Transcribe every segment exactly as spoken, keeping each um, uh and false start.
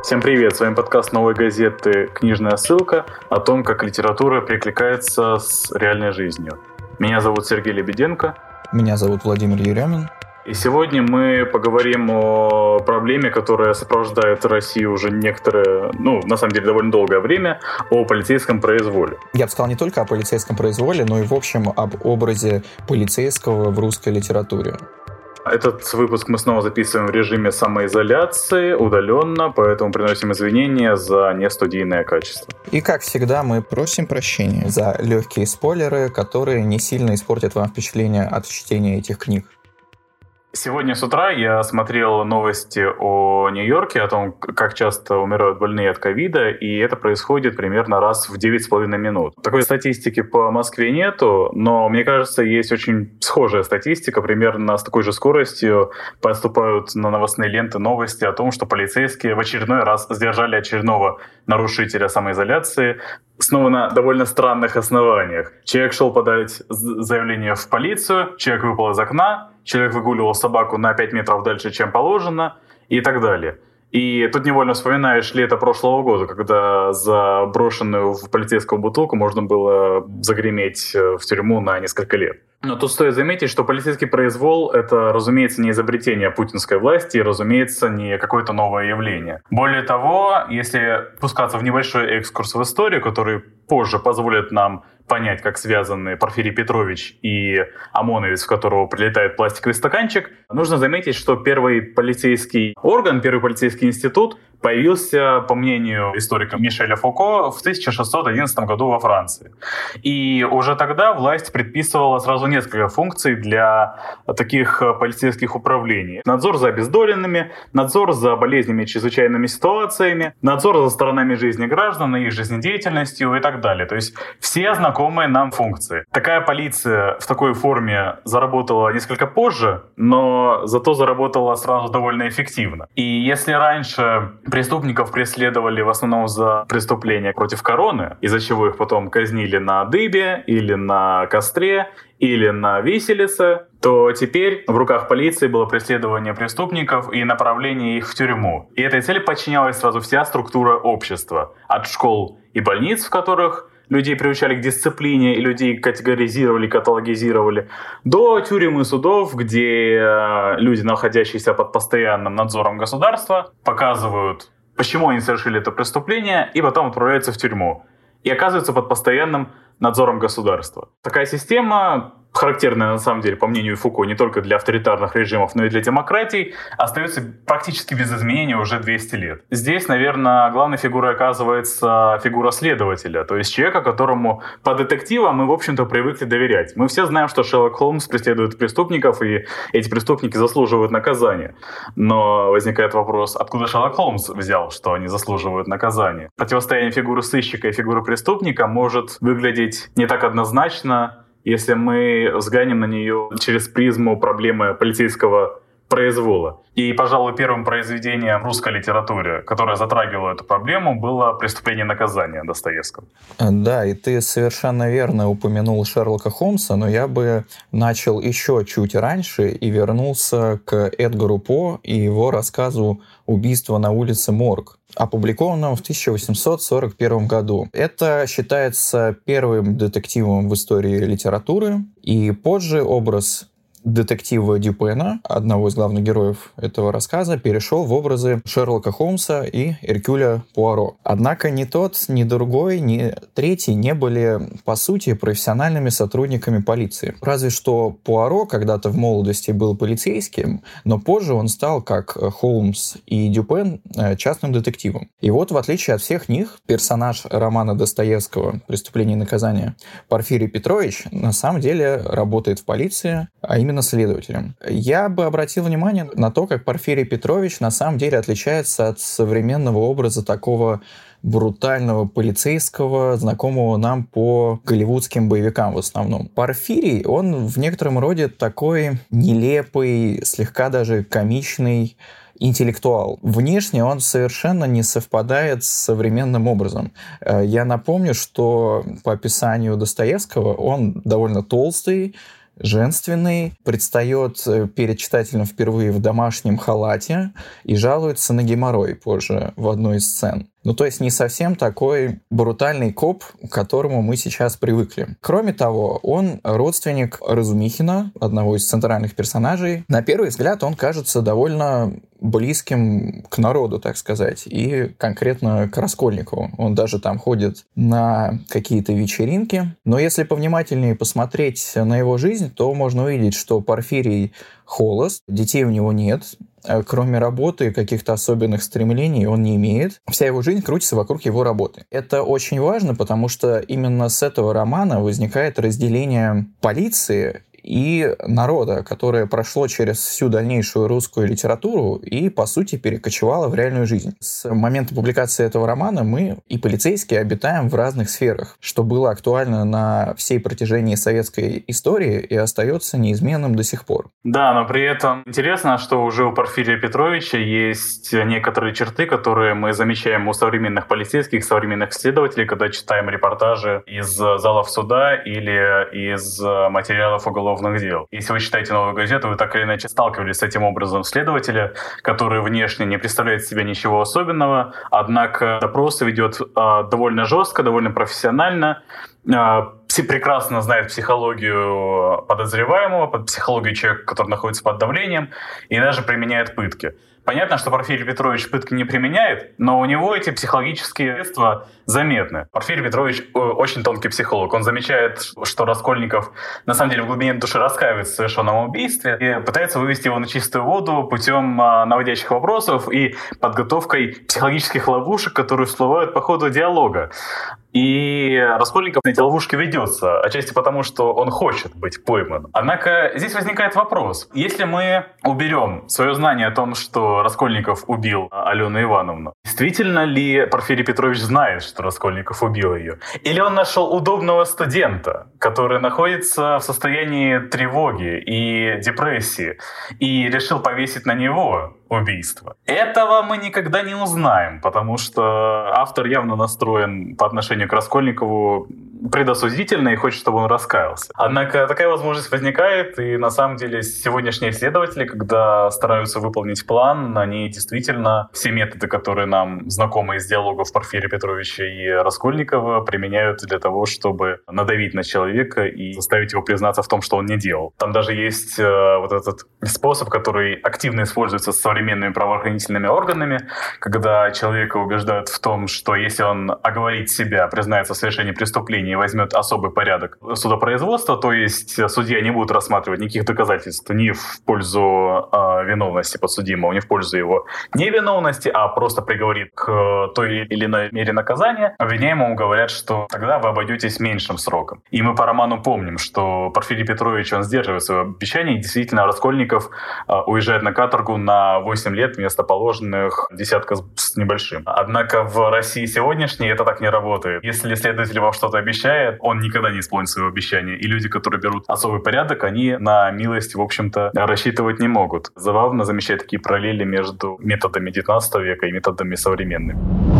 Всем привет, с вами подкаст «Новой газеты. Книжная ссылка» о том, как литература перекликается с реальной жизнью. Меня зовут Сергей Лебеденко. Меня зовут Владимир Еремин. И сегодня мы поговорим о проблеме, которая сопровождает Россию уже некоторое, ну, на самом деле, довольно долгое время, о полицейском произволе. Я бы сказал не только о полицейском произволе, но и, в общем, об образе полицейского в русской литературе. Этот выпуск мы снова записываем в режиме самоизоляции, удаленно, поэтому приносим извинения за нестудийное качество. И, как всегда, мы просим прощения за легкие спойлеры, которые не сильно испортят вам впечатление от чтения этих книг. Сегодня с утра я смотрел новости о Нью-Йорке, о том, как часто умирают больные от ковида, и это происходит примерно раз в девять с половиной минут. Такой статистики по Москве нету, но мне кажется, есть очень схожая статистика, примерно с такой же скоростью поступают на новостные ленты новости о том, что полицейские в очередной раз сдержали очередного нарушителя самоизоляции, снова на довольно странных основаниях. Человек шел подать заявление в полицию, человек выпал из окна, человек выгуливал собаку на пять метров дальше, чем положено, и так далее. И тут невольно вспоминаешь лето прошлого года, когда за брошенную в полицейскую бутылку можно было загреметь в тюрьму на несколько лет. Но тут стоит заметить, что полицейский произвол — это, разумеется, не изобретение путинской власти и, разумеется, не какое-то новое явление. Более того, если пускаться в небольшой экскурс в историю, который позже позволит нам понять, как связаны Порфирий Петрович и ОМОНовец, в которого прилетает пластиковый стаканчик, нужно заметить, что первый полицейский орган, первый полицейский институт появился, по мнению историка Мишеля Фуко, в тысяча шестьсот одиннадцатом году во Франции. И уже тогда власть предписывала сразу несколько функций для таких полицейских управлений. Надзор за обездоленными, надзор за болезнями и чрезвычайными ситуациями, надзор за сторонами жизни граждан, их жизнедеятельностью и так далее. То есть все знакомые нам функции. Такая полиция в такой форме заработала несколько позже, но зато заработала сразу довольно эффективно. И если раньше преступников преследовали в основном за преступления против короны, из-за чего их потом казнили на дыбе или на костре, или на виселице, то теперь в руках полиции было преследование преступников и направление их в тюрьму. И этой цели подчинялась сразу вся структура общества. От школ и больниц, в которых людей приучали к дисциплине и людей категоризировали, каталогизировали, до тюрем и судов, где люди, находящиеся под постоянным надзором государства, показывают, почему они совершили это преступление, и потом отправляются в тюрьму. И оказываются под постоянным надзором государства. Такая система, характерная на самом деле, по мнению Фуко, не только для авторитарных режимов, но и для демократий, остается практически без изменений уже двести лет. Здесь, наверное, главной фигурой оказывается фигура следователя, то есть человека, которому по детективам мы, в общем-то, привыкли доверять. Мы все знаем, что Шерлок Холмс преследует преступников, и эти преступники заслуживают наказания. Но возникает вопрос, откуда Шерлок Холмс взял, что они заслуживают наказания? Противостояние фигуры сыщика и фигуры преступника может выглядеть не так однозначно, если мы взглянем на нее через призму проблемы полицейского произвола. И, пожалуй, первым произведением в русской литературе, которое затрагивало эту проблему, было «Преступление и наказание» Достоевского. Да, и ты совершенно верно упомянул Шерлока Холмса, но я бы начал еще чуть раньше и вернулся к Эдгару По и его рассказу «Убийство на улице Морг», опубликованном в тысяча восемьсот сорок первом году. Это считается первым детективом в истории литературы, и позже образ детектива Дюпена, одного из главных героев этого рассказа, перешел в образы Шерлока Холмса и Эркюля Пуаро. Однако ни тот, ни другой, ни третий не были, по сути, профессиональными сотрудниками полиции. Разве что Пуаро когда-то в молодости был полицейским, но позже он стал, как Холмс и Дюпен, частным детективом. И вот, в отличие от всех них, персонаж романа Достоевского «Преступление и наказание» Порфирий Петрович на самом деле работает в полиции, а именно следователем. Я бы обратил внимание на то, как Порфирий Петрович на самом деле отличается от современного образа такого брутального полицейского, знакомого нам по голливудским боевикам в основном. Порфирий, он в некотором роде такой нелепый, слегка даже комичный интеллектуал. Внешне он совершенно не совпадает с современным образом. Я напомню, что по описанию Достоевского он довольно толстый, женственный, предстает перед читателем впервые в домашнем халате и жалуется на геморрой позже в одной из сцен. Ну, то есть не совсем такой брутальный коп, к которому мы сейчас привыкли. Кроме того, он родственник Разумихина, одного из центральных персонажей. На первый взгляд он кажется довольно близким к народу, так сказать, и конкретно к Раскольникову. Он даже там ходит на какие-то вечеринки. Но если повнимательнее посмотреть на его жизнь, то можно увидеть, что Порфирий холост, детей у него нет, кроме работы, каких-то особенных стремлений он не имеет. Вся его жизнь крутится вокруг его работы. Это очень важно, потому что именно с этого романа возникает разделение полиции и народа, которое прошло через всю дальнейшую русскую литературу и, по сути, перекочевало в реальную жизнь. С момента публикации этого романа мы и полицейские обитаем в разных сферах, что было актуально на всей протяжении советской истории и остается неизменным до сих пор. Да, но при этом интересно, что уже у Порфирия Петровича есть некоторые черты, которые мы замечаем у современных полицейских, современных следователей, когда читаем репортажи из залов суда или из материалов уголовных дел. Если вы читаете «Новую газету», вы так или иначе сталкивались с этим образом следователя, который внешне не представляет из себя ничего особенного, однако допросы ведет э, довольно жестко, довольно профессионально, э, прекрасно знает психологию подозреваемого, под психологию человека, который находится под давлением, и даже применяет пытки. Понятно, что Порфирий Петрович пытки не применяет, но у него эти психологические средства заметны. Порфирий Петрович очень тонкий психолог. Он замечает, что Раскольников на самом деле в глубине души раскаивается в совершенном убийстве и пытается вывести его на чистую воду путем наводящих вопросов и подготовкой психологических ловушек, которые всплывают по ходу диалога. И Раскольников на эти ловушки ведется, отчасти потому, что он хочет быть пойман. Однако здесь возникает вопрос. Если мы уберем свое знание о том, что Раскольников убил Алену Ивановну, действительно ли Порфирий Петрович знает, что Раскольников убил ее? Или он нашел удобного студента, который находится в состоянии тревоги и депрессии, и решил повесить на него убийство? Этого мы никогда не узнаем, потому что автор явно настроен по отношению к Раскольникову предосудительно и хочет, чтобы он раскаялся. Однако такая возможность возникает, и на самом деле сегодняшние исследователи, когда стараются выполнить план, они действительно все методы, которые нам знакомы из диалогов Порфирия Петровича и Раскольникова, применяют для того, чтобы надавить на человека и заставить его признаться в том, что он не делал. Там даже есть э, вот этот способ, который активно используется современными правоохранительными органами, когда человека убеждают в том, что если он оговорит себя, признается в совершении преступления и возьмет особый порядок судопроизводства, то есть судья не будет рассматривать никаких доказательств ни в пользу э, виновности подсудимого, ни в пользу его невиновности, а просто приговорит к той или иной мере наказания, обвиняемому говорят, что тогда вы обойдетесь меньшим сроком. И мы по роману помним, что Порфирий Петрович, он сдерживает свое обещание, и действительно Раскольников э, уезжает на каторгу на восемь лет вместо положенных десятка с небольшим. Однако в России сегодняшней это так не работает. Если следователь вам что-то обещает, он никогда не исполнит своего обещания. И люди, которые берут особый порядок, они на милость, в общем-то, рассчитывать не могут. Забавно замечать такие параллели между методами девятнадцатого века и методами современными.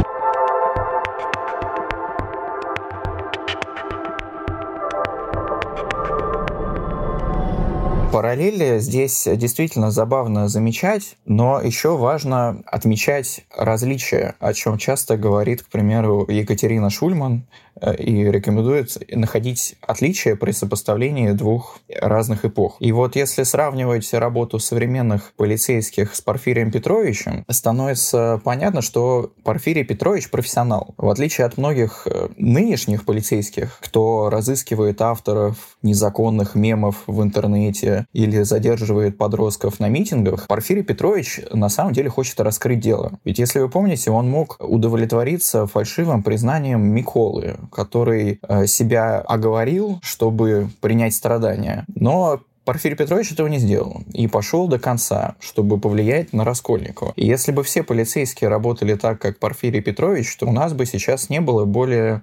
Параллели здесь действительно забавно замечать, но еще важно отмечать различия, о чем часто говорит, к примеру, Екатерина Шульман, и рекомендует находить отличия при сопоставлении двух разных эпох. И вот если сравнивать работу современных полицейских с Порфирием Петровичем, становится понятно, что Порфирий Петрович профессионал. В отличие от многих нынешних полицейских, кто разыскивает авторов незаконных мемов в интернете или задерживает подростков на митингах, Порфирий Петрович на самом деле хочет раскрыть дело. Ведь если вы помните, он мог удовлетвориться фальшивым признанием Миколы, который себя оговорил, чтобы принять страдания. Но Порфирий Петрович этого не сделал и пошел до конца, чтобы повлиять на Раскольникова. И если бы все полицейские работали так, как Порфирий Петрович, то у нас бы сейчас не было более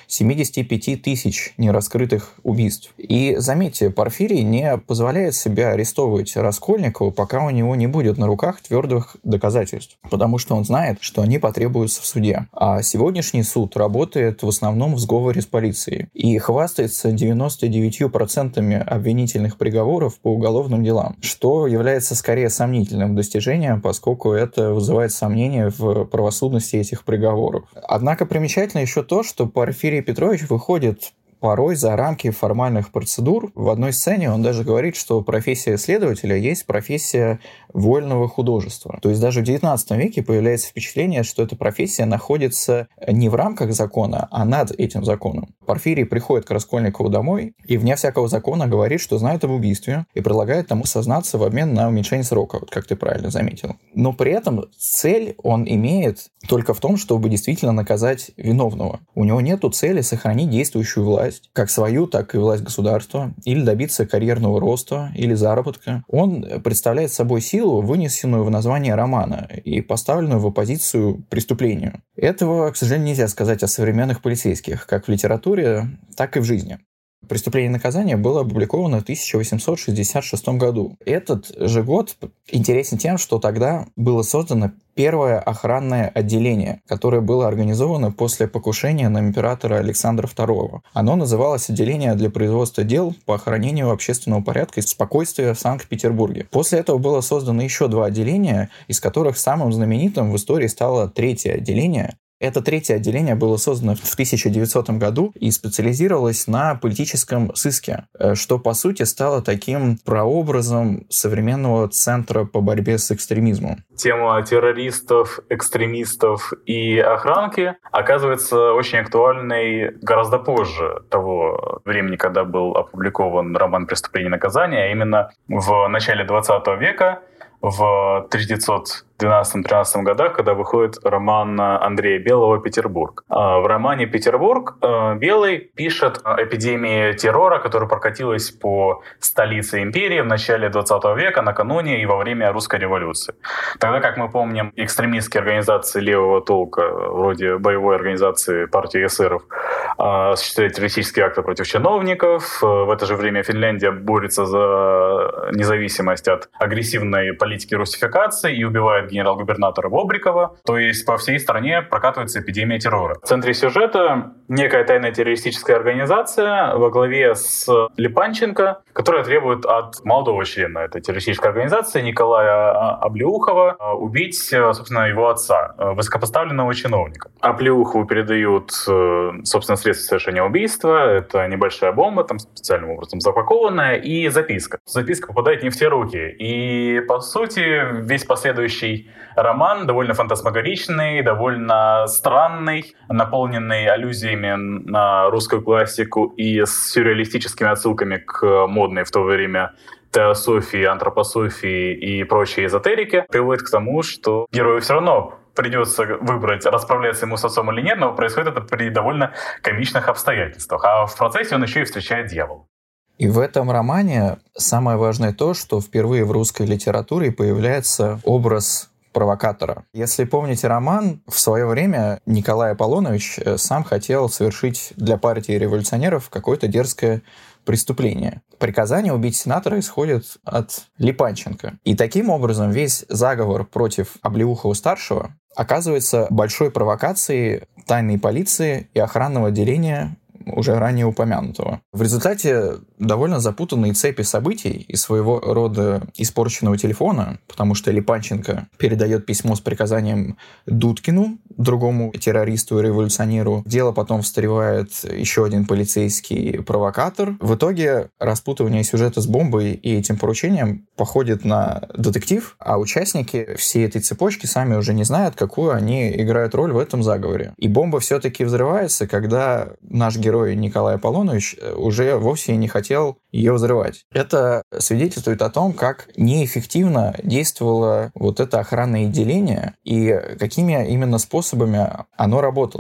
семьдесят пять тысяч нераскрытых убийств. И заметьте, Порфирий не позволяет себе арестовывать Раскольникова, пока у него не будет на руках твердых доказательств, потому что он знает, что они потребуются в суде. А сегодняшний суд работает в основном в сговоре с полицией и хвастается девяносто девять процентов обвинительных приговоров по уголовным делам, что является скорее сомнительным достижением, поскольку это вызывает сомнения в правосудности этих приговоров. Однако примечательно еще то, что Порфирий Петрович выходит порой за рамки формальных процедур. В одной сцене он даже говорит, что профессия следователя есть профессия вольного художества. То есть даже в девятнадцатом веке появляется впечатление, что эта профессия находится не в рамках закона, а над этим законом. Порфирий приходит к Раскольникову домой и вне всякого закона говорит, что знает об убийстве и предлагает тому сознаться в обмен на уменьшение срока, вот как ты правильно заметил. Но при этом цель он имеет только в том, чтобы действительно наказать виновного. У него нету цели сохранить действующую власть, как свою, так и власть государства, или добиться карьерного роста, или заработка. Он представляет собой силу, вынесенную в название романа и поставленную в оппозицию преступлению. Этого, к сожалению, нельзя сказать о современных полицейских, как в литературе, так и в жизни. «Преступление и наказание» было опубликовано в тысяча восемьсот шестьдесят шестом году. Этот же год интересен тем, что тогда было создано первое охранное отделение, которое было организовано после покушения на императора Александра второго. Оно называлось «Отделение для производства дел по охранению общественного порядка и спокойствия в Санкт-Петербурге». После этого было создано еще два отделения, из которых самым знаменитым в истории стало третье отделение. Это третье отделение было создано в тысяча девятисотом году и специализировалось на политическом сыске, что, по сути, стало таким прообразом современного центра по борьбе с экстремизмом. Тема террористов, экстремистов и охранки оказывается очень актуальной гораздо позже того времени, когда был опубликован роман «Преступление и наказание», а именно в начале двадцатого века, в тысяча девятьсот двенадцатом-тринадцатом годах, когда выходит роман Андрея Белого «Петербург». В романе «Петербург» Белый пишет о эпидемии террора, которая прокатилась по столице империи в начале двадцатого века, накануне и во время Русской революции. Тогда, как мы помним, экстремистские организации левого толка, вроде боевой организации партии эсеров, осуществляют террористические акты против чиновников. В это же время Финляндия борется за независимость от агрессивной политики русификации и убивает генерал-губернатора Бобрикова. То есть по всей стране прокатывается эпидемия террора. В центре сюжета некая тайная террористическая организация во главе с Липанченко, которая требует от молодого члена этой террористической организации Николая Облеухова убить, собственно, его отца, высокопоставленного чиновника. Облеухову передают, собственно, средства совершения убийства. Это небольшая бомба, там специальным образом запакованная, и записка. Записка попадает не в те руки. И, по сути, весь последующий роман довольно фантасмагоричный, довольно странный, наполненный аллюзиями на русскую классику и с сюрреалистическими отсылками к модной в то время теософии, антропософии и прочей эзотерике, приводит к тому, что герою все равно придется выбрать, расправляться ему с отцом или нет, но происходит это при довольно комичных обстоятельствах. А в процессе он еще и встречает дьявола. И в этом романе самое важное то, что впервые в русской литературе появляется образ провокатора. Если помните роман, в свое время Николай Аполлонович сам хотел совершить для партии революционеров какое-то дерзкое преступление. Приказание убить сенатора исходит от Липанченко. И таким образом весь заговор против Облеухова-старшего оказывается большой провокацией тайной полиции и охранного отделения уже ранее упомянутого. В результате довольно запутанные цепи событий и своего рода испорченного телефона, потому что Липанченко передает письмо с приказанием Дудкину, другому террористу и революционеру. Дело потом встревает еще один полицейский провокатор. В итоге распутывание сюжета с бомбой и этим поручением походит на детектив, а участники всей этой цепочки сами уже не знают, какую они играют роль в этом заговоре. И бомба все-таки взрывается, когда наш герой Николай Аполлонович уже вовсе не хотел ее взрывать. Это свидетельствует о том, как неэффективно действовало вот это охранное отделение и какими именно способами оно работало.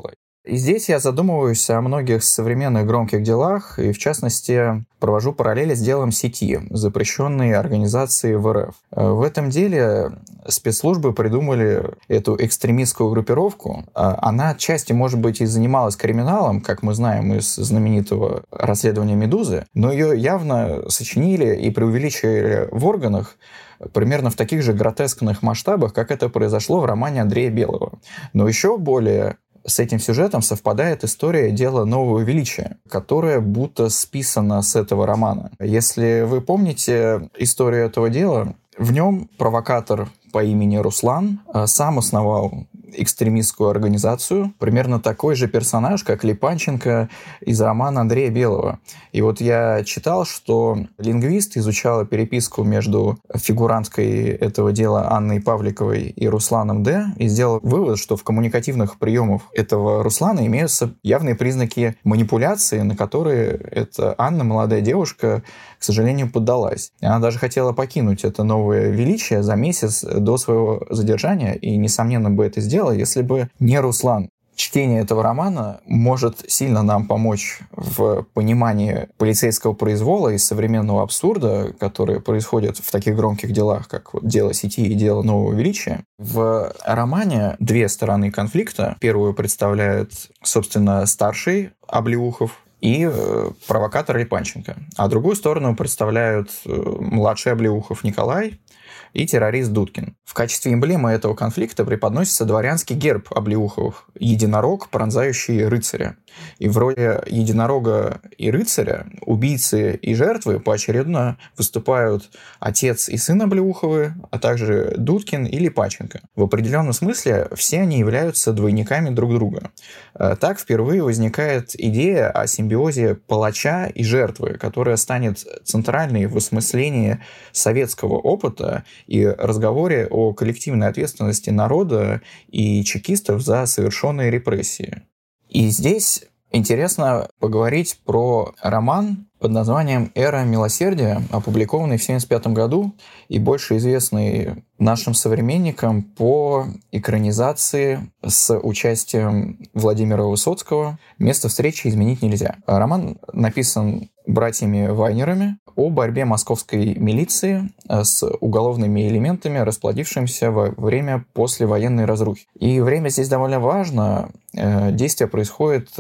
И здесь я задумываюсь о многих современных громких делах, и в частности провожу параллели с делом сети, запрещенной организации в эр эф. В этом деле спецслужбы придумали эту экстремистскую группировку. Она отчасти, может быть, и занималась криминалом, как мы знаем из знаменитого расследования «Медузы», но ее явно сочинили и преувеличили в органах примерно в таких же гротескных масштабах, как это произошло в романе Андрея Белого. Но еще более с этим сюжетом совпадает история дела Нового Величия, которая будто списана с этого романа. Если вы помните историю этого дела, в нем провокатор по имени Руслан сам основал экстремистскую организацию, примерно такой же персонаж, как Липанченко из романа Андрея Белого. И вот я читал, что лингвист изучал переписку между фигуранткой этого дела Анной Павликовой и Русланом Д. и сделал вывод, что в коммуникативных приемах этого Руслана имеются явные признаки манипуляции, на которые эта Анна, молодая девушка, к сожалению, поддалась. И она даже хотела покинуть это Новое Величие за месяц до своего задержания, и, несомненно, бы это сделала, если бы не Руслан. Чтение этого романа может сильно нам помочь в понимании полицейского произвола и современного абсурда, который происходит в таких громких делах, как вот дело сети и дело Нового Величия. В романе две стороны конфликта. Первую представляет, собственно, старший Облеухов и э, провокатор Липанченко. А другую сторону представляют э, младший Облеухов Николай и террорист Дудкин. В качестве эмблемы этого конфликта преподносится дворянский герб Облеуховых – единорог, пронзающий рыцаря. И в роли единорога и рыцаря убийцы и жертвы поочередно выступают отец и сын Облеуховы, а также Дудкин и Липанченко. В определенном смысле все они являются двойниками друг друга. Так впервые возникает идея о симбиозе палача и жертвы, которая станет центральной в осмыслении советского опыта и разговоре о коллективной ответственности народа и чекистов за совершенные репрессии. И здесь интересно поговорить про роман под названием «Эра милосердия», опубликованный в тысяча девятьсот семьдесят пятом году и больше известный нашим современникам по экранизации с участием Владимира Высоцкого «Место встречи изменить нельзя». Роман написан братьями Вайнерами о борьбе московской милиции с уголовными элементами, расплодившимися во время послевоенной разрухи. И время здесь довольно важно. Действие происходит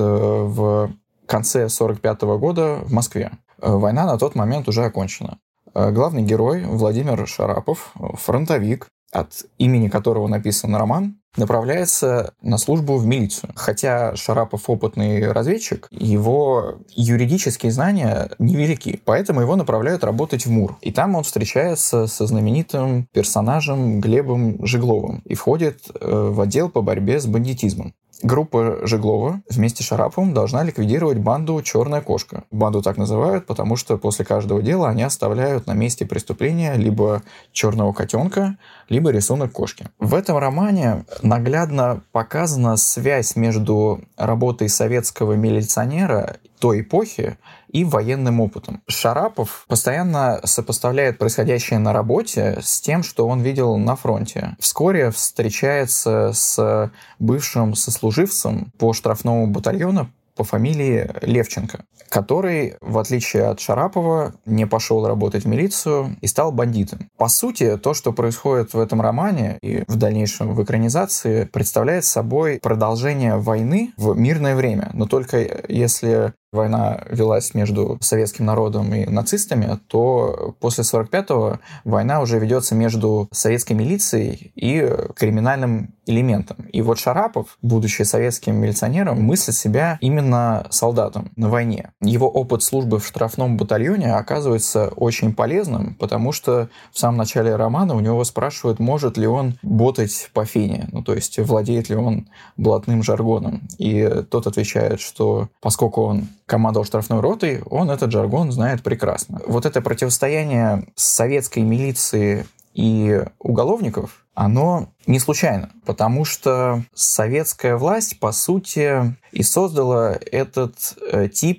в конце сорок пятого года в Москве. Война на тот момент уже окончена. Главный герой Владимир Шарапов, фронтовик, от имени которого написан роман, направляется на службу в милицию. Хотя Шарапов опытный разведчик, его юридические знания невелики, поэтому его направляют работать в МУР. И там он встречается со знаменитым персонажем Глебом Жегловым и входит в отдел по борьбе с бандитизмом. Группа Жеглова вместе с Шараповым должна ликвидировать банду «Черная кошка». Банду так называют, потому что после каждого дела они оставляют на месте преступления либо черного котенка, либо рисунок кошки. В этом романе наглядно показана связь между работой советского милиционера той эпохи и военным опытом. Шарапов постоянно сопоставляет происходящее на работе с тем, что он видел на фронте. Вскоре встречается с бывшим сослуживцем по штрафному батальону по фамилии Левченко, который, в отличие от Шарапова, не пошел работать в милицию и стал бандитом. По сути, то, что происходит в этом романе и в дальнейшем в экранизации, представляет собой продолжение войны в мирное время. Но только если война велась между советским народом и нацистами, то после сорок пятого война уже ведется между советской милицией и криминальным элементом. И вот Шарапов, будучи советским милиционером, мыслит себя именно солдатом на войне. Его опыт службы в штрафном батальоне оказывается очень полезным, потому что в самом начале романа у него спрашивают, может ли он ботать по фене, ну то есть владеет ли он блатным жаргоном. И тот отвечает, что поскольку он командовал штрафной ротой, он этот жаргон знает прекрасно. Вот это противостояние советской милиции и уголовников, оно не случайно, потому что советская власть, по сути, и создала этот э, тип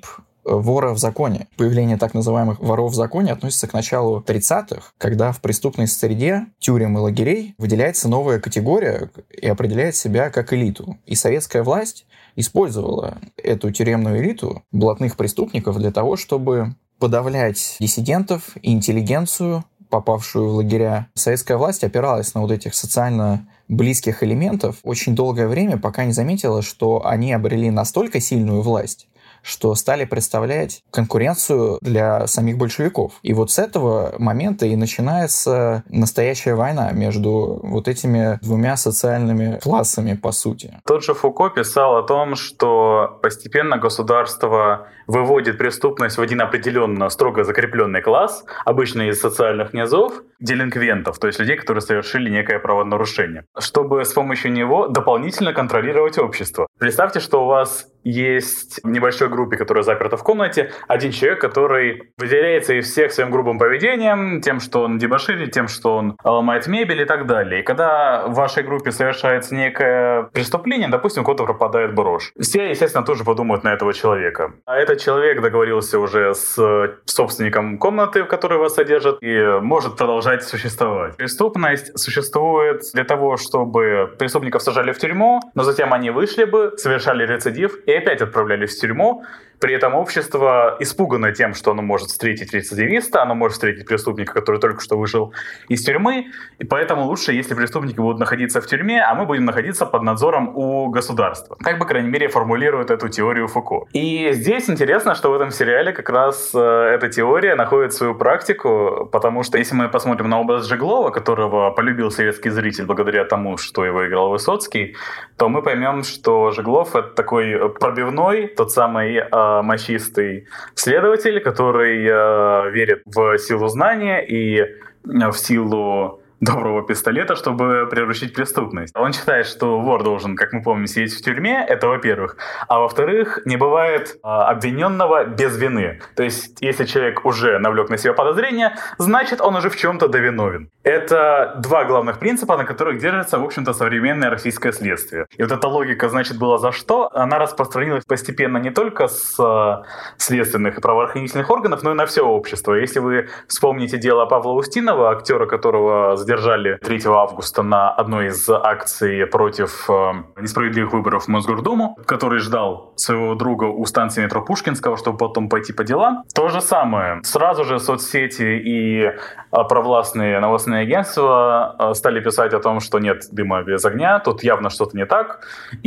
вора в законе. Появление так называемых воров в законе относится к началу тридцатых, когда в преступной среде тюрем и лагерей выделяется новая категория и определяет себя как элиту. И советская власть использовала эту тюремную элиту, блатных преступников, для того, чтобы подавлять диссидентов и интеллигенцию, попавшую в лагеря. Советская власть опиралась на вот этих социально близких элементов очень долгое время, пока не заметила, что они обрели настолько сильную власть, что стали представлять конкуренцию для самих большевиков. И вот с этого момента и начинается настоящая война между вот этими двумя социальными классами, по сути. Тот же Фуко писал о том, что постепенно государство выводит преступность в один определенно строго закрепленный класс, обычно из социальных низов, делинквентов, то есть людей, которые совершили некое правонарушение, чтобы с помощью него дополнительно контролировать общество. Представьте, что у вас есть в небольшой группе, которая заперта в комнате, один человек, который выделяется из всех своим грубым поведением, тем, что он дебоширит, тем, что он ломает мебель и так далее. И когда в вашей группе совершается некое преступление, допустим, у кого-то пропадает брошь, все, естественно, тоже подумают на этого человека. А этот человек договорился уже с собственником комнаты, в которой вас содержат, и может продолжать существовать. Преступность существует для того, чтобы преступников сажали в тюрьму, но затем они вышли бы, совершали рецидив и опять отправлялись в тюрьму. При этом общество испугано тем, что оно может встретить рецидивиста, оно может встретить преступника, который только что вышел из тюрьмы, и поэтому лучше, если преступники будут находиться в тюрьме, а мы будем находиться под надзором у государства. Так, по крайней мере, формулирует эту теорию Фуко. И здесь интересно, что в этом сериале как раз э, эта теория находит свою практику, потому что если мы посмотрим на образ Жеглова, которого полюбил советский зритель благодаря тому, что его играл Высоцкий, то мы поймем, что Жеглов — это такой пробивной, тот самый э, мощистый следователь, который э, верит в силу знания и в силу доброго пистолета, чтобы приручить преступность. Он считает, что вор должен, как мы помним, сидеть в тюрьме, это во-первых. А во-вторых, не бывает а, обвиненного без вины. То есть, если человек уже навлек на себя подозрение, значит, он уже в чем-то довиновен. Это два главных принципа, на которых держится, в общем-то, современное российское следствие. И вот эта логика, значит, была за что, она распространилась постепенно не только с а, следственных и правоохранительных органов, но и на все общество. Если вы вспомните дело Павла Устинова, актера, которого задержали третьего августа на одной из акций против э, несправедливых выборов в Мосгордуму, который ждал своего друга у станции метро Пушкинского, чтобы потом пойти по делам. То же самое. Сразу же соцсети и э, провластные новостные агентства э, стали писать о том, что нет дыма без огня, тут явно что-то не так,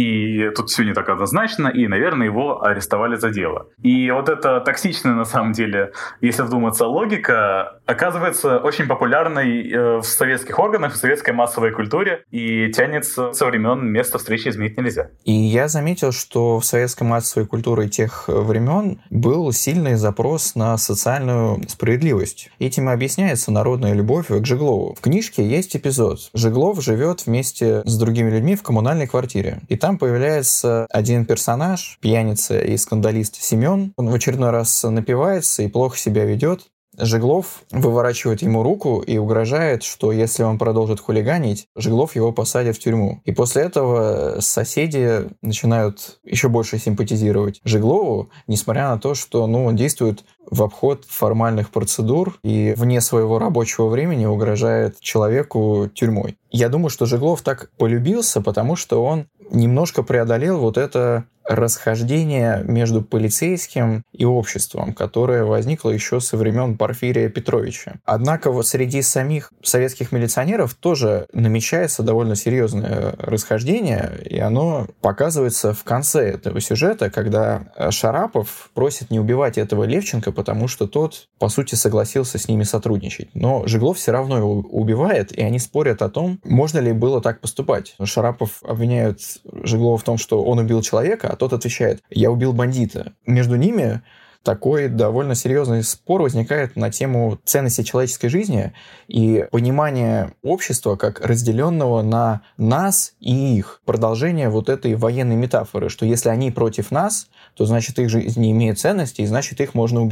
и тут все не так однозначно, и, наверное, его арестовали за дело. И вот эта токсичная, на самом деле, если вдуматься, логика оказывается очень популярной э, в советских органах, в советской массовой культуре и тянется со времен места встречи изменить нельзя. И я заметил, что в советской массовой культуре тех времен был сильный запрос на социальную справедливость. Этим и объясняется народная любовь к Жеглову. В книжке есть эпизод. Жеглов живет вместе с другими людьми в коммунальной квартире. И там появляется один персонаж, пьяница и скандалист Семен. Он в очередной раз напивается и плохо себя ведет. Жеглов выворачивает ему руку и угрожает, что если он продолжит хулиганить, Жеглов его посадит в тюрьму. И после этого соседи начинают еще больше симпатизировать Жеглову, несмотря на то, что ну, он действует в обход формальных процедур и вне своего рабочего времени угрожает человеку тюрьмой. Я думаю, что Жеглов так полюбился, потому что он немножко преодолел вот это расхождение между полицейским и обществом, которое возникло еще со времен Порфирия Петровича. Однако вот среди самих советских милиционеров тоже намечается довольно серьезное расхождение, и оно показывается в конце этого сюжета, когда Шарапов просит не убивать этого Левченко, потому что тот, по сути, согласился с ними сотрудничать. Но Жеглов все равно его убивает, и они спорят о том, можно ли было так поступать. Шарапов обвиняет Жеглова в том, что он убил человека, а тот отвечает: «Я убил бандита». Между ними такой довольно серьезный спор возникает на тему ценности человеческой жизни и понимания общества как разделенного на нас и их. Продолжение вот этой военной метафоры, что если они против нас, то значит их жизнь не имеет ценности, и значит их можно убивать.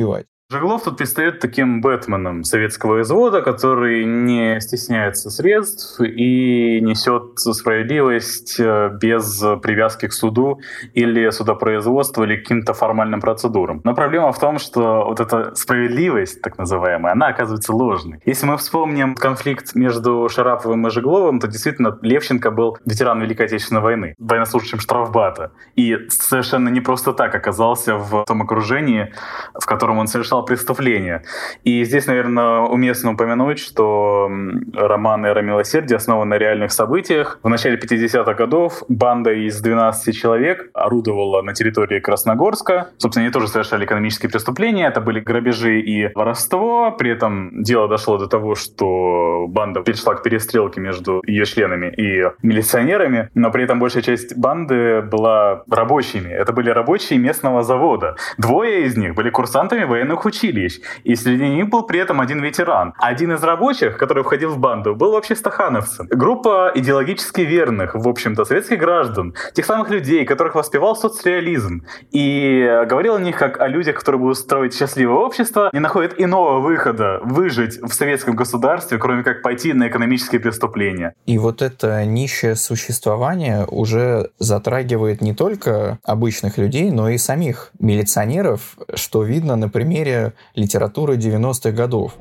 Жеглов тут предстает таким Бэтменом советского извода, который не стесняется средств и несет справедливость без привязки к суду или судопроизводству или к каким-то формальным процедурам. Но проблема в том, что вот эта справедливость, так называемая, она оказывается ложной. Если мы вспомним конфликт между Шараповым и Жегловым, то действительно Левченко был ветеран Великой Отечественной войны, военнослужащим штрафбата. И совершенно не просто так оказался в том окружении, в котором он совершал преступления. И здесь, наверное, уместно упомянуть, что роман «Эра милосердия» основан на реальных событиях. В начале пятидесятых годов банда из двенадцати человек орудовала на территории Красногорска. Собственно, они тоже совершали экономические преступления. Это были грабежи и воровство. При этом дело дошло до того, что банда перешла к перестрелке между ее членами и милиционерами. Но при этом большая часть банды была рабочими. Это были рабочие местного завода. Двое из них были курсантами военных училищ. И среди них был при этом один ветеран. Один из рабочих, который входил в банду, был вообще стахановцем. Группа идеологически верных, в общем-то, советских граждан, тех самых людей, которых воспевал соцреализм. И говорил о них как о людях, которые будут строить счастливое общество, не находят иного выхода выжить в советском государстве, кроме как пойти на экономические преступления. И вот это нищее существование уже затрагивает не только обычных людей, но и самих милиционеров, что видно на примере литературы девяностых годов.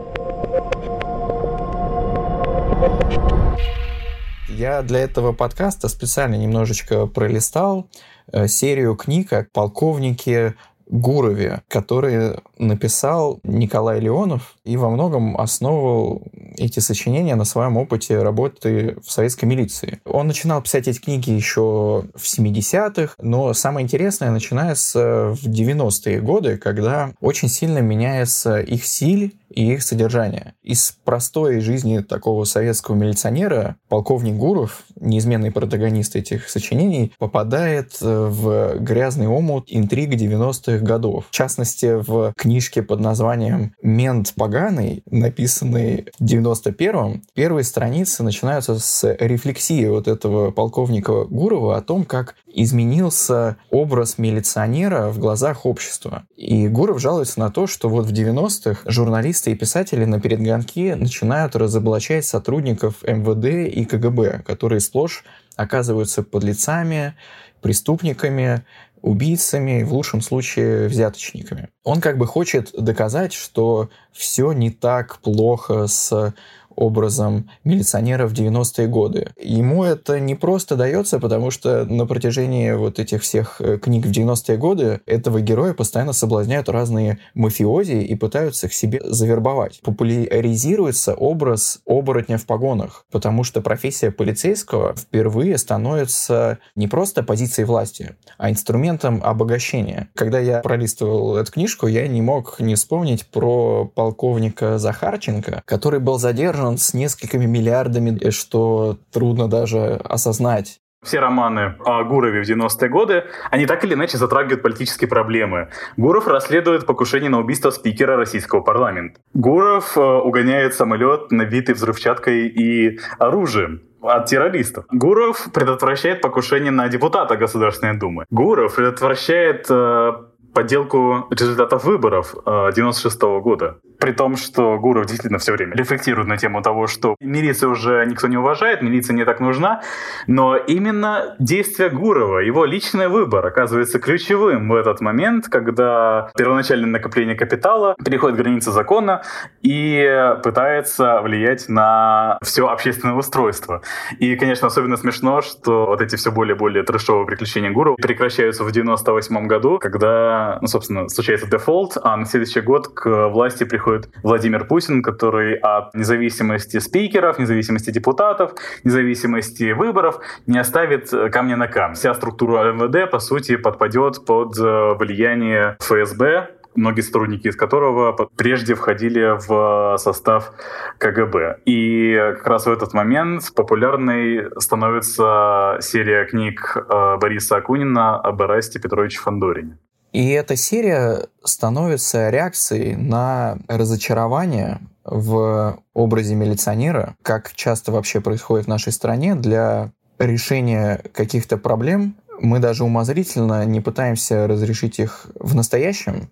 Я для этого подкаста специально немножечко пролистал серию книг о полковнике Гурове, который написал Николай Леонов и во многом основывал эти сочинения на своем опыте работы в советской милиции. Он начинал писать эти книги еще в семидесятых, но самое интересное начинается в девяностые годы, когда очень сильно меняется их стиль и их содержание. Из простой жизни такого советского милиционера полковник Гуров, неизменный протагонист этих сочинений, попадает в грязный омут интриг девяностых годов. В частности, в книжке под названием «Мент поганый», написанной в девяносто первом, первые страницы начинаются с рефлексии вот этого полковника Гурова о том, как изменился образ милиционера в глазах общества. И Гуров жалуется на то, что вот в девяностых журналисты и писатели на передгонки начинают разоблачать сотрудников эм вэ дэ и ка гэ бэ, которые сплошь оказываются подлецами, преступниками, убийцами, в лучшем случае взяточниками. Он как бы хочет доказать, что все не так плохо с образом милиционера в девяностые годы. Ему это не просто дается, потому что на протяжении вот этих всех книг в девяностые годы этого героя постоянно соблазняют разные мафиози и пытаются к себе завербовать. Популяризируется образ оборотня в погонах, потому что профессия полицейского впервые становится не просто позицией власти, а инструментом обогащения. Когда я пролистывал эту книжку, я не мог не вспомнить про полковника Захарченко, который был задержан с несколькими миллиардами, что трудно даже осознать. Все романы о Гурове в девяностые годы, они так или иначе затрагивают политические проблемы. Гуров расследует покушение на убийство спикера российского парламента. Гуров э, угоняет самолет, набитый взрывчаткой и оружием от террористов. Гуров предотвращает покушение на депутата Государственной Думы. Гуров предотвращает э, подделку результатов выборов э, девяносто шестого года. При том, что Гуров действительно все время рефлектирует на тему того, что милицию уже никто не уважает, милиция не так нужна, но именно действия Гурова, его личный выбор оказывается ключевым в этот момент, когда первоначальное накопление капитала переходит границы закона и пытается влиять на все общественное устройство. И, конечно, особенно смешно, что вот эти все более и более трэшовые приключения Гурова прекращаются в девяносто восьмом году, когда, ну, собственно, случается дефолт, а на следующий год к власти приходит Владимир Путин, который от независимости спикеров, независимости депутатов, независимости выборов не оставит камня на камне. Вся структура эм вэ дэ, по сути, подпадет под влияние эф эс бэ, многие сотрудники из которого прежде входили в состав ка гэ бэ. И как раз в этот момент популярной становится серия книг Бориса Акунина об Эрасте Петровиче Фандорине. И эта серия становится реакцией на разочарование в образе милиционера, как часто вообще происходит в нашей стране. Для решения каких-то проблем мы даже умозрительно не пытаемся разрешить их в настоящем,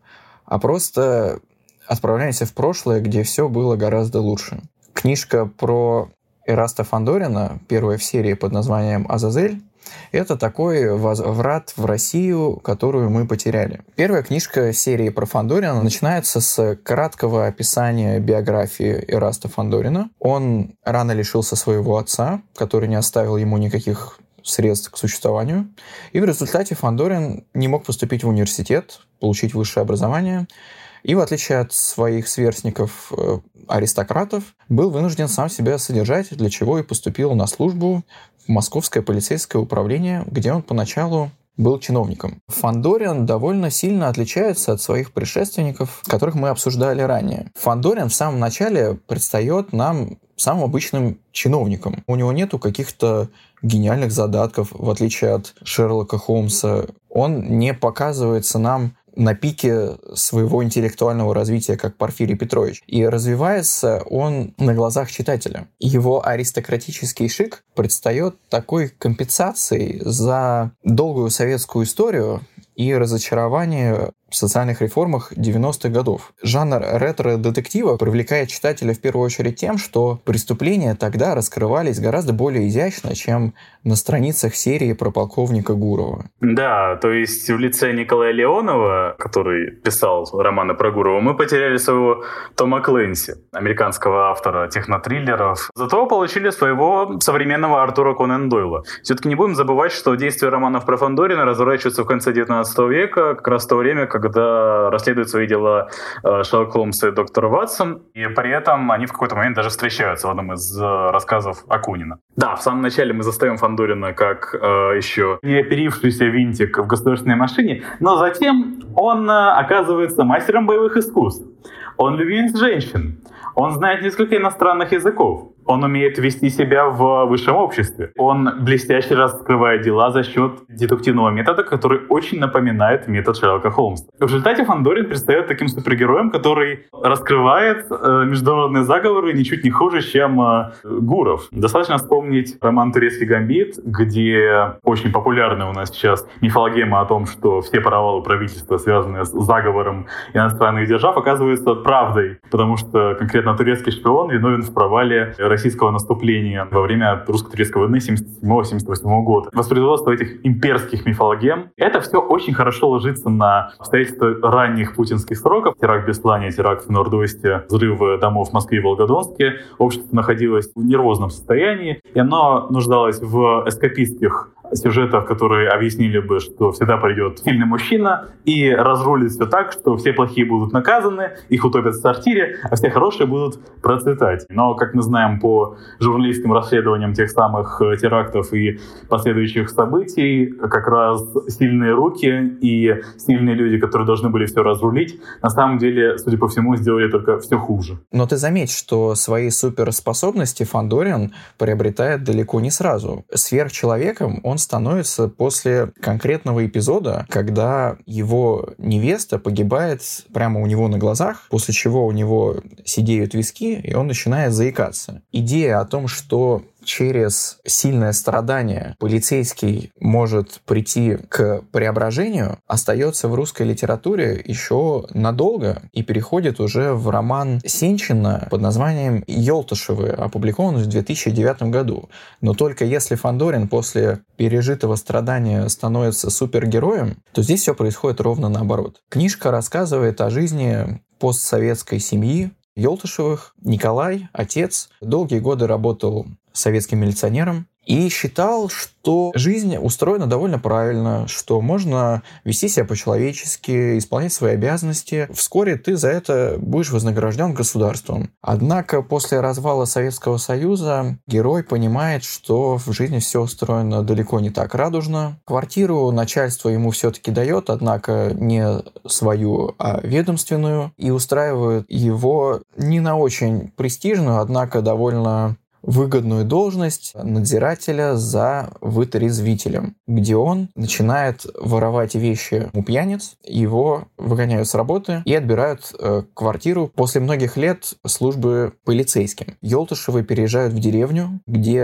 а просто отправляемся в прошлое, где все было гораздо лучше. Книжка про Эраста Фандорина, первая в серии под названием «Азазель», это такой возврат в Россию, которую мы потеряли. Первая книжка серии про Фандорина начинается с краткого описания биографии Эраста Фандорина. Он рано лишился своего отца, который не оставил ему никаких средств к существованию. И в результате Фандорин не мог поступить в университет, получить высшее образование. И в отличие от своих сверстников аристократов, был вынужден сам себя содержать, для чего и поступил на службу в Московское полицейское управление, где он поначалу был чиновником. Фандорин довольно сильно отличается от своих предшественников, которых мы обсуждали ранее. Фандорин в самом начале предстает нам самым обычным чиновником. У него нету каких-то гениальных задатков, в отличие от Шерлока Холмса. Он не показывается нам на пике своего интеллектуального развития, как Порфирий Петрович. И развивается он на глазах читателя. Его аристократический шик предстает такой компенсацией за долгую советскую историю и разочарование в социальных реформах девяностых годов. Жанр ретро-детектива привлекает читателя в первую очередь тем, что преступления тогда раскрывались гораздо более изящно, чем на страницах серии про полковника Гурова. Да, то есть в лице Николая Леонова, который писал романы про Гурова, мы потеряли своего Тома Клэнси, американского автора технотриллеров. Зато получили своего современного Артура Конан Дойла. Все-таки не будем забывать, что действия романов про Фандорина разворачиваются в конце девятнадцатого века, как раз в то время, когда расследуют свои дела Шерлок Холмс и доктор Ватсон, и при этом они в какой-то момент даже встречаются в одном из рассказов Акунина. Да, в самом начале мы застаем Фандорина как э, еще не оперившийся винтик в государственной машине, но затем он э, оказывается мастером боевых искусств. Он любит женщин, он знает несколько иностранных языков. Он умеет вести себя в высшем обществе. Он блестяще раскрывает дела за счет дедуктивного метода, который очень напоминает метод Шерлока Холмса. В результате Фандорин предстает таким супергероем, который раскрывает э, международные заговоры ничуть не хуже, чем э, Гуров. Достаточно вспомнить роман «Турецкий гамбит», где очень популярна у нас сейчас мифологема о том, что все провалы правительства, связанные с заговором иностранных держав, оказываются правдой, потому что конкретно турецкий шпион виновен в провале российского наступления во время русско-турецкой войны семьдесят седьмого — семьдесят восьмого года. Воспроизводство этих имперских мифологем, это все очень хорошо ложится на обстоятельства ранних путинских сроков. Теракт в Беслане, теракт в Норд-Осте, взрывы домов в Москве и Волгодонске. Общество находилось в нервозном состоянии, и оно нуждалось в эскапистских сюжетов, которые объяснили бы, что всегда придет сильный мужчина и разрулит все так, что все плохие будут наказаны, их утопят в сортире, а все хорошие будут процветать. Но, как мы знаем по журналистским расследованиям тех самых терактов и последующих событий, как раз сильные руки и сильные люди, которые должны были все разрулить, на самом деле, судя по всему, сделали только все хуже. Но ты заметь, что свои суперспособности Фандорин приобретает далеко не сразу. Сверхчеловеком он становится после конкретного эпизода, когда его невеста погибает прямо у него на глазах, после чего у него сидеют виски, и он начинает заикаться. Идея о том, что через сильное страдание полицейский может прийти к преображению, остается в русской литературе еще надолго и переходит уже в роман Сенчина под названием «Ёлтышевы», опубликованный в две тысячи девятом году. Но только если Фандорин после пережитого страдания становится супергероем, то здесь все происходит ровно наоборот. Книжка рассказывает о жизни постсоветской семьи Ёлтышевых. Николай, отец, долгие годы работал советским милиционером и считал, что жизнь устроена довольно правильно, что можно вести себя по-человечески, исполнять свои обязанности. Вскоре ты за это будешь вознагражден государством. Однако после развала Советского Союза герой понимает, что в жизни все устроено далеко не так радужно. Квартиру начальство ему все-таки дает, однако не свою, а ведомственную, и устраивает его не на очень престижную, однако довольно выгодную должность надзирателя за вытрезвителем, где он начинает воровать вещи у пьяниц, его выгоняют с работы и отбирают э, квартиру после многих лет службы полицейским. Ёлтышевы переезжают в деревню, где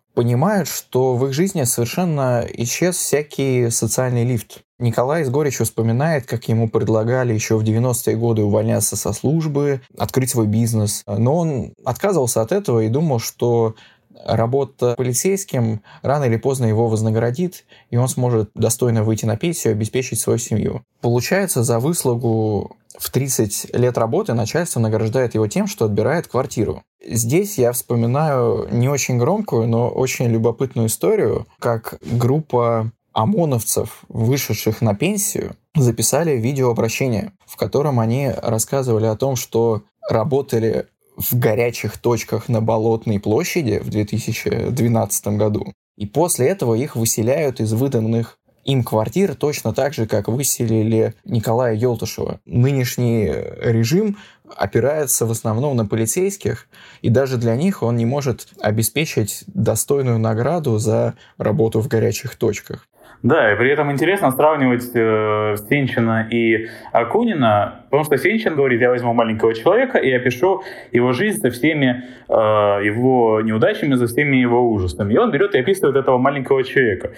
понимают, что в их жизни совершенно исчез всякий социальный лифт. Николай с горечью вспоминает, как ему предлагали еще в девяностые годы увольняться со службы, открыть свой бизнес. Но он отказывался от этого и думал, что работа полицейским рано или поздно его вознаградит, и он сможет достойно выйти на пенсию и обеспечить свою семью. Получается, за выслугу в тридцать лет работы начальство награждает его тем, что отбирает квартиру. Здесь я вспоминаю не очень громкую, но очень любопытную историю, как группа ОМОНовцев, вышедших на пенсию, записали видеообращение, в котором они рассказывали о том, что работали в горячих точках на Болотной площади в две тысячи двенадцатом году. И после этого их выселяют из выданных им квартир точно так же, как выселили Николая Елтышева. Нынешний режим опирается в основном на полицейских, и даже для них он не может обеспечить достойную награду за работу в горячих точках. Да, и при этом интересно сравнивать э, Сенчина и Акунина, потому что Сенчин говорит: я возьму маленького человека и опишу его жизнь со всеми э, его неудачами, со всеми его ужасами. И он берет и описывает этого маленького человека.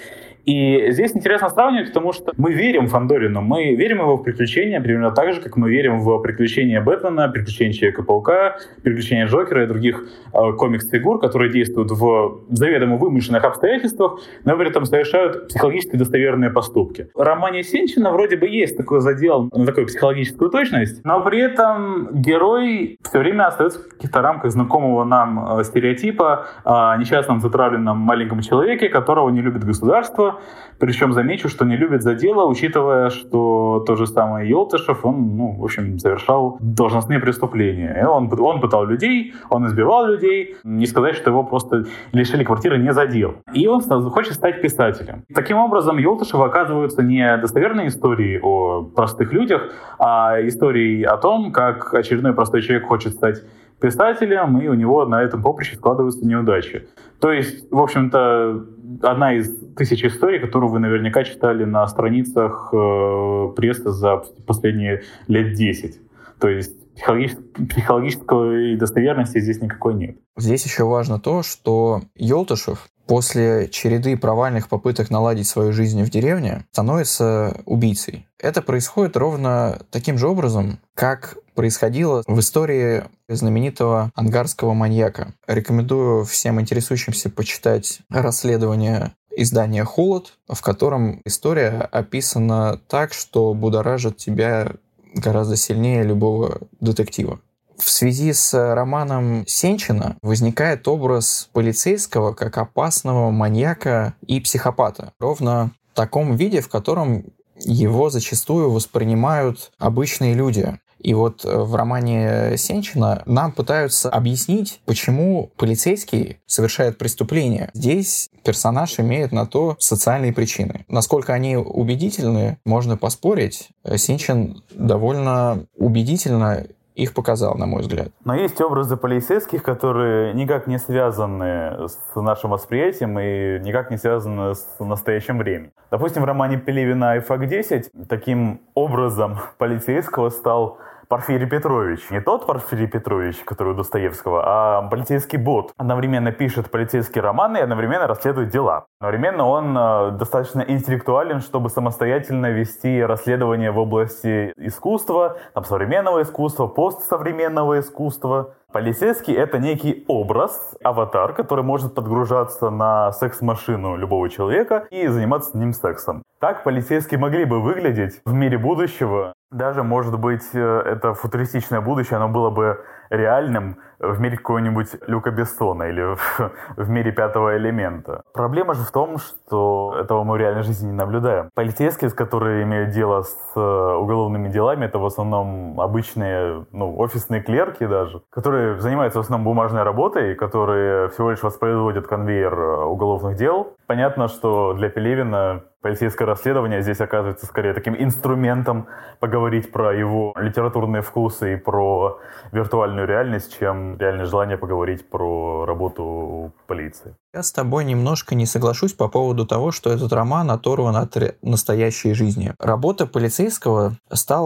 И здесь интересно сравнивать, потому что мы верим Фандорину, мы верим его в приключения, примерно так же, как мы верим в приключения Бэтмена, приключения Человека-паука, приключения Джокера и других э, комикс-фигур, которые действуют в заведомо вымышленных обстоятельствах, но при этом совершают психологически достоверные поступки. В романе Сенчина вроде бы есть такой задел на такую психологическую точность, но при этом герой все время остается в каких-то рамках знакомого нам э, стереотипа о несчастном, затравленном маленьком человеке, которого не любит государство. Причем замечу, что не любит за дело, учитывая, что тот же самый Елтышев, он, ну, в общем, совершал должностные преступления. И он, он пытал людей, он избивал людей. Не сказать, что его просто лишили квартиры не за дело. И он хочет стать писателем. Таким образом, Елтышев оказываются не достоверные истории о простых людях, а истории о том, как очередной простой человек хочет стать писателем, и у него на этом поприще складываются неудачи. То есть, в общем-то, одна из тысяч историй, которую вы наверняка читали на страницах э, прессы за последние лет десять. То есть психологической, психологической достоверности здесь никакой нет. Здесь еще важно то, что Елтышев после череды провальных попыток наладить свою жизнь в деревне становится убийцей. Это происходит ровно таким же образом, как происходило в истории знаменитого ангарского маньяка. Рекомендую всем интересующимся почитать расследование издания «Холод», в котором история описана так, что будоражит тебя гораздо сильнее любого детектива. В связи с романом Сенчина возникает образ полицейского как опасного маньяка и психопата. Ровно в таком виде, в котором его зачастую воспринимают обычные люди. И вот в романе Сенчина нам пытаются объяснить, почему полицейский совершает преступление. Здесь персонаж имеет на то социальные причины. Насколько они убедительны, можно поспорить. Сенчин довольно убедительно их показал, на мой взгляд. Но есть образы полицейских, которые никак не связаны с нашим восприятием и никак не связаны с настоящим временем. Допустим, в романе Пелевина «Айфак десять» таким образом полицейского стал Порфирий Петрович. Не тот Порфирий Петрович, который у Достоевского, а полицейский бот. Одновременно пишет полицейские романы и одновременно расследует дела. Одновременно он э, достаточно интеллектуален, чтобы самостоятельно вести расследование в области искусства, там, современного искусства, постсовременного искусства. Полицейский — это некий образ, аватар, который может подгружаться на секс-машину любого человека и заниматься с ним сексом. Так полицейские могли бы выглядеть в мире будущего. Даже, может быть, это футуристичное будущее, оно было бы реальным в мире какого-нибудь Люка Бессона или в, в мире Пятого элемента. Проблема же в том, что этого мы в реальной жизни не наблюдаем. Полицейские, которые имеют дело с уголовными делами, это в основном обычные, ну, офисные клерки даже, которые занимаются в основном бумажной работой, которые всего лишь воспроизводят конвейер уголовных дел. Понятно, что для Пелевина полицейское расследование здесь оказывается скорее таким инструментом поговорить про его литературные вкусы и про виртуальную реальность, чем реальное желание поговорить про работу полиции. Я с тобой немножко не соглашусь по поводу того, что этот роман оторван от настоящей жизни. Работа полицейского стала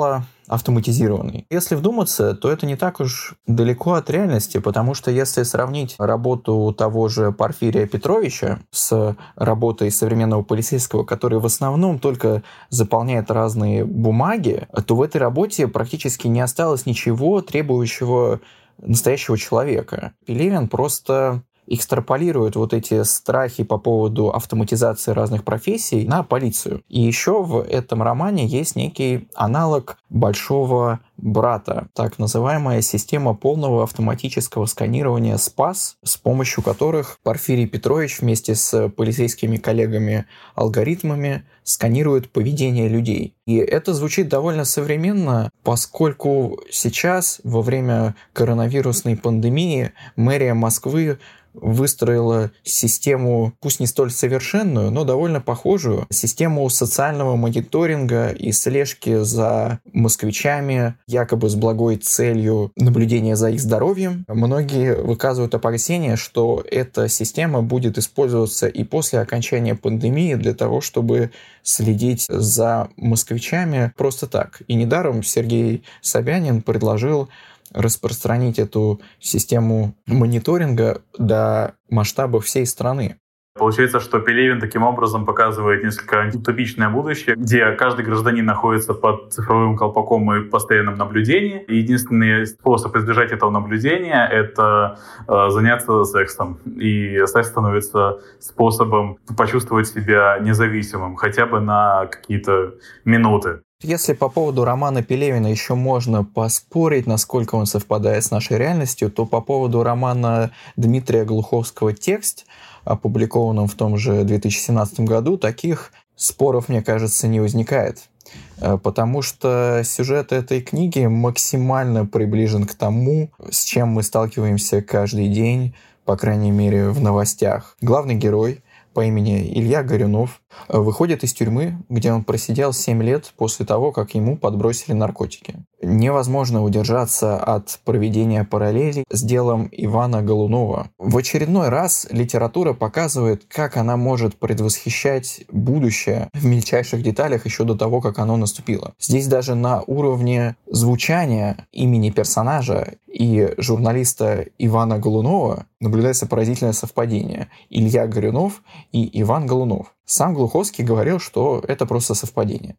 автоматизированный. Если вдуматься, то это не так уж далеко от реальности, потому что если сравнить работу того же Порфирия Петровича с работой современного полицейского, который в основном только заполняет разные бумаги, то в этой работе практически не осталось ничего, требующего настоящего человека. Пелевин просто экстраполирует вот эти страхи по поводу автоматизации разных профессий на полицию. И еще в этом романе есть некий аналог «Большого брата», так называемая система полного автоматического сканирования СПАС, с помощью которых Порфирий Петрович вместе с полицейскими коллегами-алгоритмами сканирует поведение людей. И это звучит довольно современно, поскольку сейчас, во время коронавирусной пандемии, мэрия Москвы выстроила систему, пусть не столь совершенную, но довольно похожую, систему социального мониторинга и слежки за москвичами, якобы с благой целью наблюдения за их здоровьем. Многие выказывают опасения, что эта система будет использоваться и после окончания пандемии для того, чтобы следить за москвичами просто так. И недаром Сергей Собянин предложил распространить эту систему мониторинга до масштаба всей страны. Получается, что Пелевин таким образом показывает несколько утопичное будущее, где каждый гражданин находится под цифровым колпаком и постоянном наблюдении. И единственный способ избежать этого наблюдения — это э, заняться сексом. И секс становится способом почувствовать себя независимым, хотя бы на какие-то минуты. Если по поводу романа Пелевина еще можно поспорить, насколько он совпадает с нашей реальностью, то по поводу романа Дмитрия Глуховского «Текст», опубликованном в том же две тысячи семнадцатом году, таких споров, мне кажется, не возникает. Потому что сюжет этой книги максимально приближен к тому, с чем мы сталкиваемся каждый день, по крайней мере, в новостях. Главный герой по имени Илья Горюнов выходит из тюрьмы, где он просидел семь лет после того, как ему подбросили наркотики. Невозможно удержаться от проведения параллелей с делом Ивана Голунова. В очередной раз литература показывает, как она может предвосхищать будущее в мельчайших деталях еще до того, как оно наступило. Здесь даже на уровне звучания имени персонажа и журналиста Ивана Голунова наблюдается поразительное совпадение. Илья Горюнов и Иван Голунов. Сам Глуховский говорил, что это просто совпадение.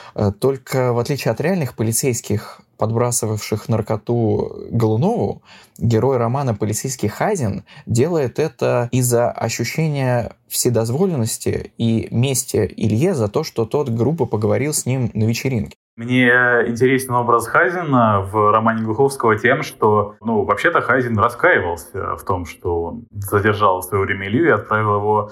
Только в отличие от реальных полицейских, подбрасывавших наркоту Голунову, герой романа «Полицейский Хазин» делает это из-за ощущения вседозволенности и мести Илье за то, что тот грубо поговорил с ним на вечеринке. Мне интересен образ Хазина в романе Глуховского тем, что, ну, вообще-то Хазин раскаивался в том, что он задержал в свое время Илью и отправил его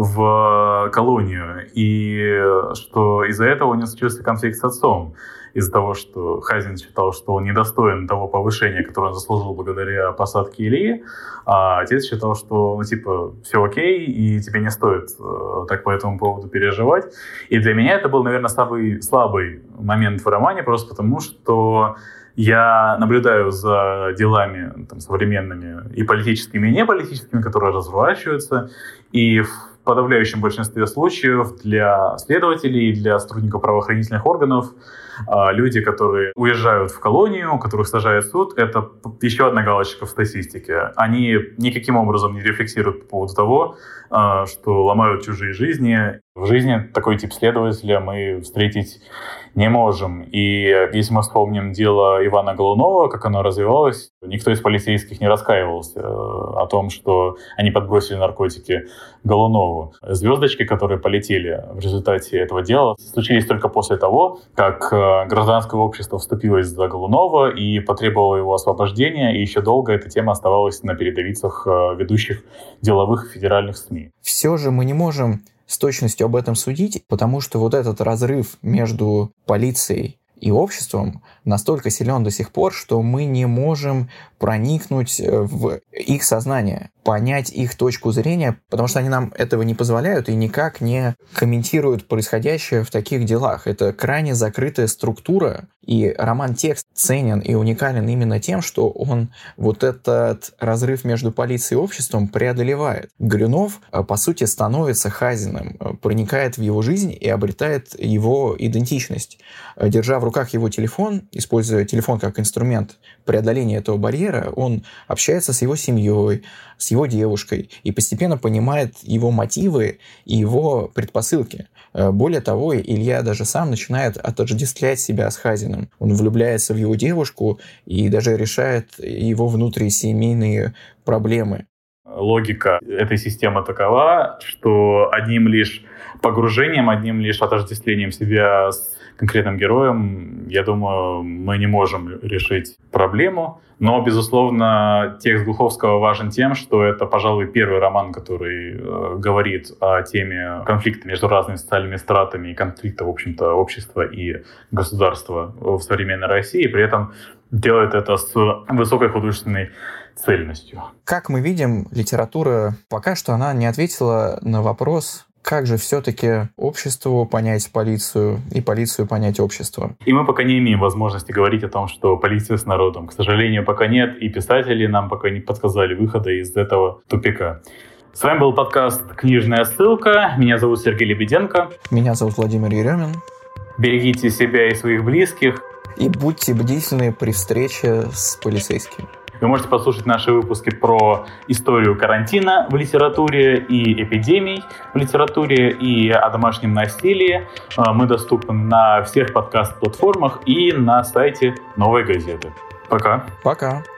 в колонию, и что из-за этого у него случился конфликт с отцом. Из-за того, что Хазин считал, что он недостоин того повышения, которое он заслужил благодаря посадке Ильи, а отец считал, что, ну, типа, все окей, и тебе не стоит э, так по этому поводу переживать. И для меня это был, наверное, самый слабый момент в романе, просто потому что я наблюдаю за делами там, современными и политическими, и неполитическими, которые разворачиваются, и в подавляющем большинстве случаев для следователей, для сотрудников правоохранительных органов люди, которые уезжают в колонию, которых сажает суд, это еще одна галочка в статистике. Они никаким образом не рефлексируют по поводу того, что ломают чужие жизни. В жизни такой тип следователя мы встретить не можем. И если мы вспомним дело Ивана Голунова, как оно развивалось, никто из полицейских не раскаивался о том, что они подбросили наркотики Голунову. Звездочки, которые полетели в результате этого дела, случились только после того, как гражданское общество вступилось за Голунова и потребовало его освобождения, и еще долго эта тема оставалась на передовицах ведущих деловых федеральных СМИ. Все же мы не можем с точностью об этом судить, потому что вот этот разрыв между полицией и обществом настолько силен до сих пор, что мы не можем проникнуть в их сознание. понять их точку зрения, потому что они нам этого не позволяют и никак не комментируют происходящее в таких делах. Это крайне закрытая структура, и роман-текст ценен и уникален именно тем, что он вот этот разрыв между полицией и обществом преодолевает. Горюнов, по сути, становится Хазиным, проникает в его жизнь и обретает его идентичность. Держа в руках его телефон, используя телефон как инструмент преодоления этого барьера, он общается с его семьей, с его девушкой и постепенно понимает его мотивы и его предпосылки. Более того, Илья даже сам начинает отождествлять себя с Хазиным. Он влюбляется в его девушку и даже решает его внутрисемейные проблемы. Логика этой системы такова, что одним лишь погружением, одним лишь отождествлением себя с конкретным героем, я думаю, мы не можем решить проблему. Но, безусловно, текст Глуховского важен тем, что это, пожалуй, первый роман, который э, говорит о теме конфликта между разными социальными стратами и конфликта, в общем-то, общества и государства в современной России, при этом делает это с высокой художественной цельностью. Как мы видим, литература пока что она не ответила на вопрос, как же все-таки обществу понять полицию и полицию понять общество. И мы пока не имеем возможности говорить о том, что полиция с народом. К сожалению, пока нет, и писатели нам пока не подсказали выхода из этого тупика. С вами был подкаст «Книжная ссылка». Меня зовут Сергей Лебеденко. Меня зовут Владимир Еремин. Берегите себя и своих близких. И будьте бдительны при встрече с полицейскими. Вы можете послушать наши выпуски про историю карантина в литературе и эпидемий в литературе и о домашнем насилии. Мы доступны на всех подкаст-платформах и на сайте «Новой газеты». Пока. Пока.